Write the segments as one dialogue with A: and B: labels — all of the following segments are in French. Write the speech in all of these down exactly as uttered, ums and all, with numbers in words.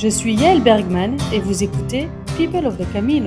A: Je suis Yael Bergman et vous écoutez People of the Camino.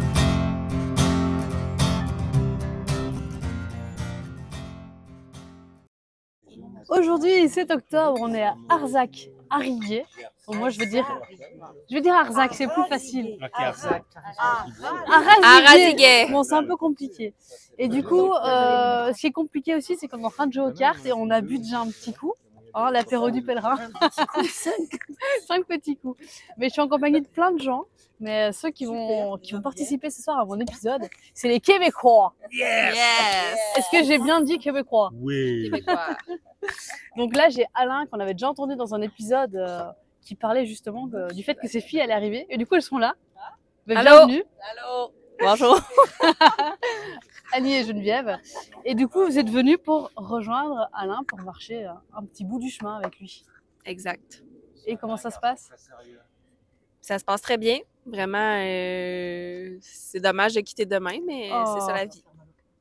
A: Aujourd'hui, sept octobre, on est à Arzac, Arrigué. Bon, moi, je veux dire, je veux dire Arzac, c'est plus facile.
B: Arzac.
A: Arraziguet. Bon, c'est un peu compliqué. Et du coup, euh, ce qui est compliqué aussi, c'est qu'on est en train de jouer aux cartes et on a bu déjà un petit coup. Oh, l'apéro du pèlerin. Cinq petits coups. Mais je suis en compagnie de plein de gens. Mais ceux qui vont, qui vont participer ce soir à mon épisode, c'est les Québécois.
B: Yes!
C: Yes!
A: Est-ce que j'ai bien dit Québécois?
B: Oui.
C: Québécois.
A: Donc là, j'ai Alain, qu'on avait déjà entendu dans un épisode euh, qui parlait justement que- du fait que ses filles allaient arriver. Et du coup, elles sont là. Mais
C: Allô?
A: bienvenue.
C: Allô? Bonjour.
A: Annie et Geneviève. Et du coup, vous êtes venus pour rejoindre Alain pour marcher euh, un petit bout du chemin avec lui.
C: Exact.
A: Et comment ça se passe?
C: Ça se passe très bien. Vraiment, euh, c'est dommage de quitter demain, mais
A: Oh.
C: c'est ça la vie.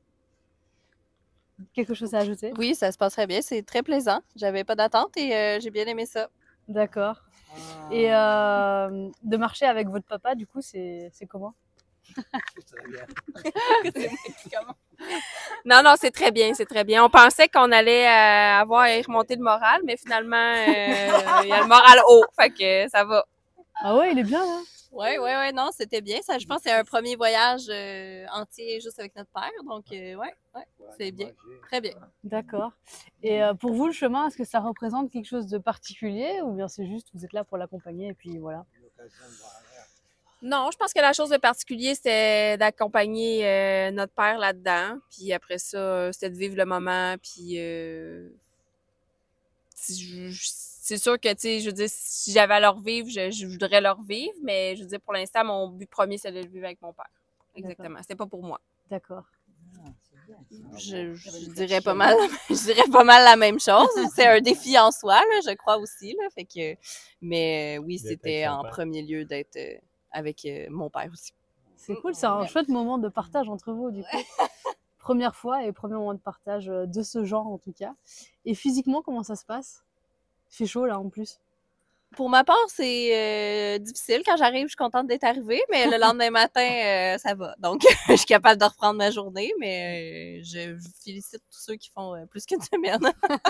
A: Quelque chose à ajouter?
D: Oui, ça se passe très bien. C'est très plaisant. J'avais pas d'attente et euh, j'ai bien aimé ça.
A: D'accord. Et euh, de marcher avec votre papa, du coup, c'est c'est comment?
C: Non, non, c'est très bien, c'est très bien. On pensait qu'on allait euh, avoir à y remonter le moral, mais finalement, euh, il y a le moral haut, fait que ça va.
A: Ah ouais, il est bien là.
D: Oui, oui, oui, non, c'était bien. Ça, je pense que c'est un premier voyage euh, entier juste avec notre père. Donc, euh, ouais, ouais, c'est bien. Très bien.
A: D'accord. Et euh, pour vous, le chemin, est-ce que ça représente quelque chose de particulier ou bien c'est juste vous êtes là pour l'accompagner et puis voilà?
C: Non, je pense que la chose de particulier, c'était d'accompagner euh, notre père là-dedans. Puis après ça, euh, c'était de vivre le moment. Puis euh, si je- c'est sûr que, tu sais, je veux dire, si j'avais à le revivre, je, je voudrais le revivre. Mais je veux dire, pour l'instant, mon but premier, c'est de le vivre avec mon père. Exactement. C'était pas pour moi.
A: D'accord.
D: Je, je dirais pas mal, je dirais pas mal la même chose. C'est un défi en soi, là, je crois aussi. Là, fait que, mais euh, oui,
B: D'être
D: c'était
B: avec son
D: en
B: père.
D: premier lieu d'être euh, avec euh, mon père aussi.
A: C'est cool, c'est un chouette moment de partage entre vous du coup. Première fois et premier moment de partage euh, de ce genre en tout cas. Et physiquement, comment ça se passe? Il fait chaud là en plus.
D: Pour ma part, c'est euh, difficile. Quand j'arrive, je suis contente d'être arrivée, mais le lendemain matin, euh, ça va. Donc, je suis capable de reprendre ma journée, mais euh, je félicite tous ceux qui font euh, plus qu'une semaine.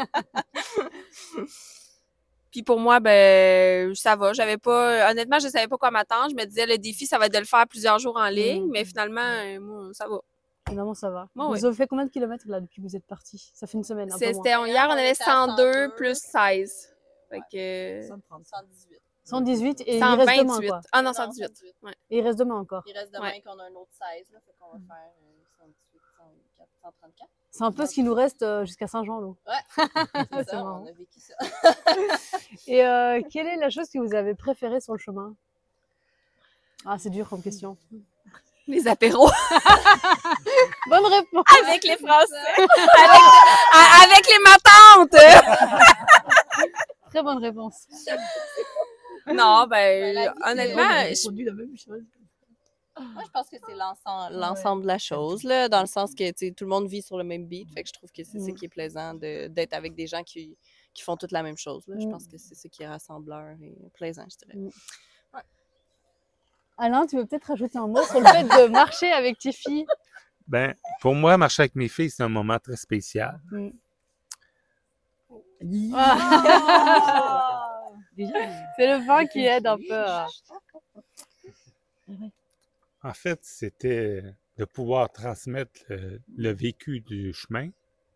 C: Puis pour moi, ben ça va. J'avais pas. Honnêtement, je savais pas quoi m'attendre. Je me disais, le défi, ça va être de le faire plusieurs jours en ligne.
A: Mm.
C: Mais finalement, euh, moi, ça va.
A: Finalement, ça va.
C: Ouais,
A: vous
C: ouais.
A: avez fait combien de kilomètres là depuis que vous êtes partis? Ça fait une semaine, un peu moins.
C: C'était, on- hier, on avait cent deux plus seize. Fait que.
D: cent dix-huit.
A: cent dix-huit et il reste demain
C: cent vingt-huit.
A: quoi.
C: Ah non, cent dix-huit. Ouais.
A: Et il reste demain encore.
D: Il reste demain
C: Ouais.
D: qu'on a un autre seize, là, fait qu'on va faire euh, cent dix-huit, cent vingt-quatre, cent trente-quatre.
A: C'est un peu ce qui nous reste euh, jusqu'à Saint-Jean, nous.
D: C'est
A: C'est
D: ça,
A: marrant.
D: on a vécu ça.
A: Et euh, quelle est la chose que vous avez préférée sur le chemin? Ah, c'est dur comme question.
C: Les apéros.
A: Bonne réponse.
C: Avec les Français. avec, a- avec les matantes.
A: Très bonne réponse.
C: Non, ben,
D: la vie,
C: honnêtement,
D: c'est-
C: je-
A: la même chose.
D: Moi, je pense que c'est l'ensemble, l'ensemble de la chose, là, dans le sens que tu sais, tout le monde vit sur le même beat. Fait que je trouve que c'est ça
A: Mm.
D: qui est plaisant de- d'être avec des gens qui, qui font toute la même chose. Là. Je
A: Mm.
D: pense que c'est ça qui est rassembleur et plaisant, je dirais.
A: Alain, tu veux peut-être rajouter un mot sur le fait de marcher avec tes filles?
B: Ben, pour moi, marcher avec mes filles, c'est un moment très spécial.
A: Mm.
D: Ah!
A: C'est le vin qui aide un peu. à-
B: En fait, c'était de pouvoir transmettre le, le vécu du chemin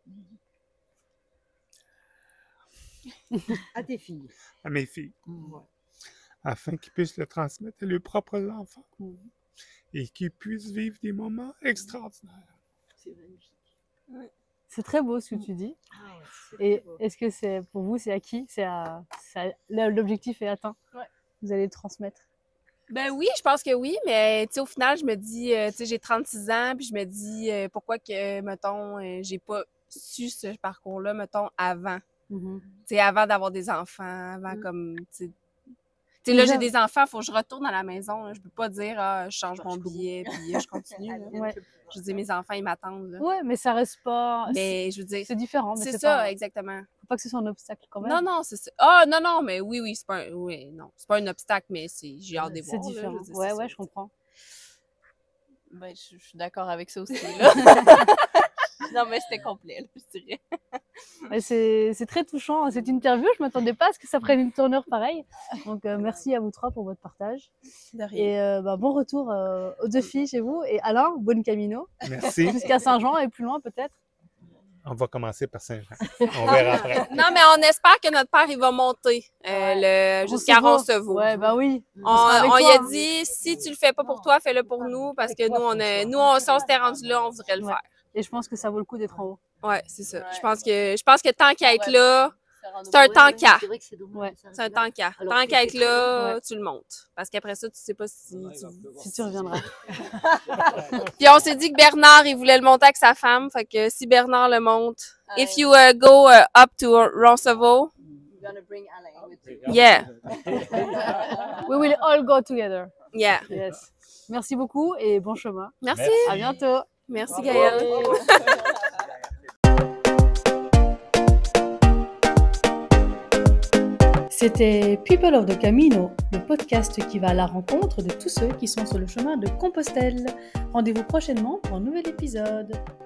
E: À tes filles.
B: à mes filles,
E: Ouais.
B: afin qu'ils puissent le transmettre à leurs propres enfants
A: Mm.
B: et qu'ils puissent vivre des moments extraordinaires.
E: C'est magnifique.
A: C'est très beau ce que tu dis.
E: Ah ouais, c'est
A: Et
E: très beau.
A: est-ce que c'est pour vous, c'est acquis? C'est à- c'est à- l'objectif est atteint.
C: Ouais.
A: Vous allez le transmettre.
C: Ben oui, je pense que oui, mais tu sais, au final, je me dis, euh, tu sais, j'ai trente-six ans, puis je me dis, euh, pourquoi que, mettons, euh, j'ai pas su ce parcours-là, mettons, avant.
A: Mhm.
C: Tu sais, avant d'avoir des enfants, avant
A: Mm.
C: comme, tu sais, Tu sais, là,
A: Déjà-
C: j'ai des enfants, il faut que je retourne à la maison. Là. Je peux pas dire, ah, je change mon billet, puis euh, je continue. Là.
A: Ouais.
C: Je veux dire, mes enfants, ils m'attendent. Là.
A: Ouais, mais ça reste pas. c'est-
C: Mais je veux dire,
A: C'est différent, mais
C: c'est
A: c'est
C: ça,
A: pas...
C: exactement.
A: Faut pas que ce soit un obstacle quand même.
C: Non, non, c'est ça. Ah, non, non, mais oui, oui, c'est pas un, oui, non, c'est pas un obstacle, mais c'est, j'ai hâte de
A: C'est
C: voir. là,
A: différent.
C: je veux dire,
A: ouais,
C: c'est
A: ouais,
C: ça.
A: je comprends.
D: Ben, je, je suis d'accord avec ça aussi, là. Non, mais c'était complet, là, je dirais.
A: Et C'est c'est très touchant, cette interview. Je m'attendais pas à ce que ça prenne une tournure pareille. Donc, euh, merci à vous trois pour votre partage.
D: De rien.
A: Et euh, bah, bon retour euh, aux deux filles chez vous. Et Alain, bon camino.
B: Merci.
A: Jusqu'à Saint-Jean et plus loin peut-être.
B: On va commencer par Saint-Jean. On verra après.
C: Non, mais on espère que notre père, il va monter euh, le, jusqu'à Roncevaux.
A: Ouais, bah oui.
C: On,
A: sera avec
C: on lui
A: toi,
C: a
A: hein.
C: dit, si tu le fais pas pour toi, fais-le pour nous, parce que nous, on a, nous, on, si on s'était rendu là, on voudrait le
A: Ouais.
C: faire.
A: Et je pense que ça vaut le coup d'être en haut.
C: Ouais, c'est ça.
D: Ouais.
C: Je pense que, je pense que tant qu'à être là,
D: C'est
C: c'est un temps qu'à.
E: C'est vrai que c'est dommage.
A: Ouais.
E: ça.
C: C'est un temps qu'à.
E: Alors
C: Tant
E: que
C: qu'à être
E: c'est
C: là,
A: Ouais.
C: tu le montes. Parce qu'après ça, tu sais pas si tu...
A: Si tu reviendras.
C: Puis on s'est dit que Bernard, il voulait le monter avec sa femme. Fait que si Bernard le monte,
D: Euh,
C: if you uh, go uh, up to Roncevaux,
D: You're gonna bring Alain with you.
C: yeah,
A: We will all go together.
C: yeah.
A: Yes. Merci beaucoup et bon chemin.
C: Merci.
A: À bientôt.
C: Merci, Gaëlle.
A: C'était People of the Camino, le podcast qui va à la rencontre de tous ceux qui sont sur le chemin de Compostelle. Rendez-vous prochainement pour un nouvel épisode.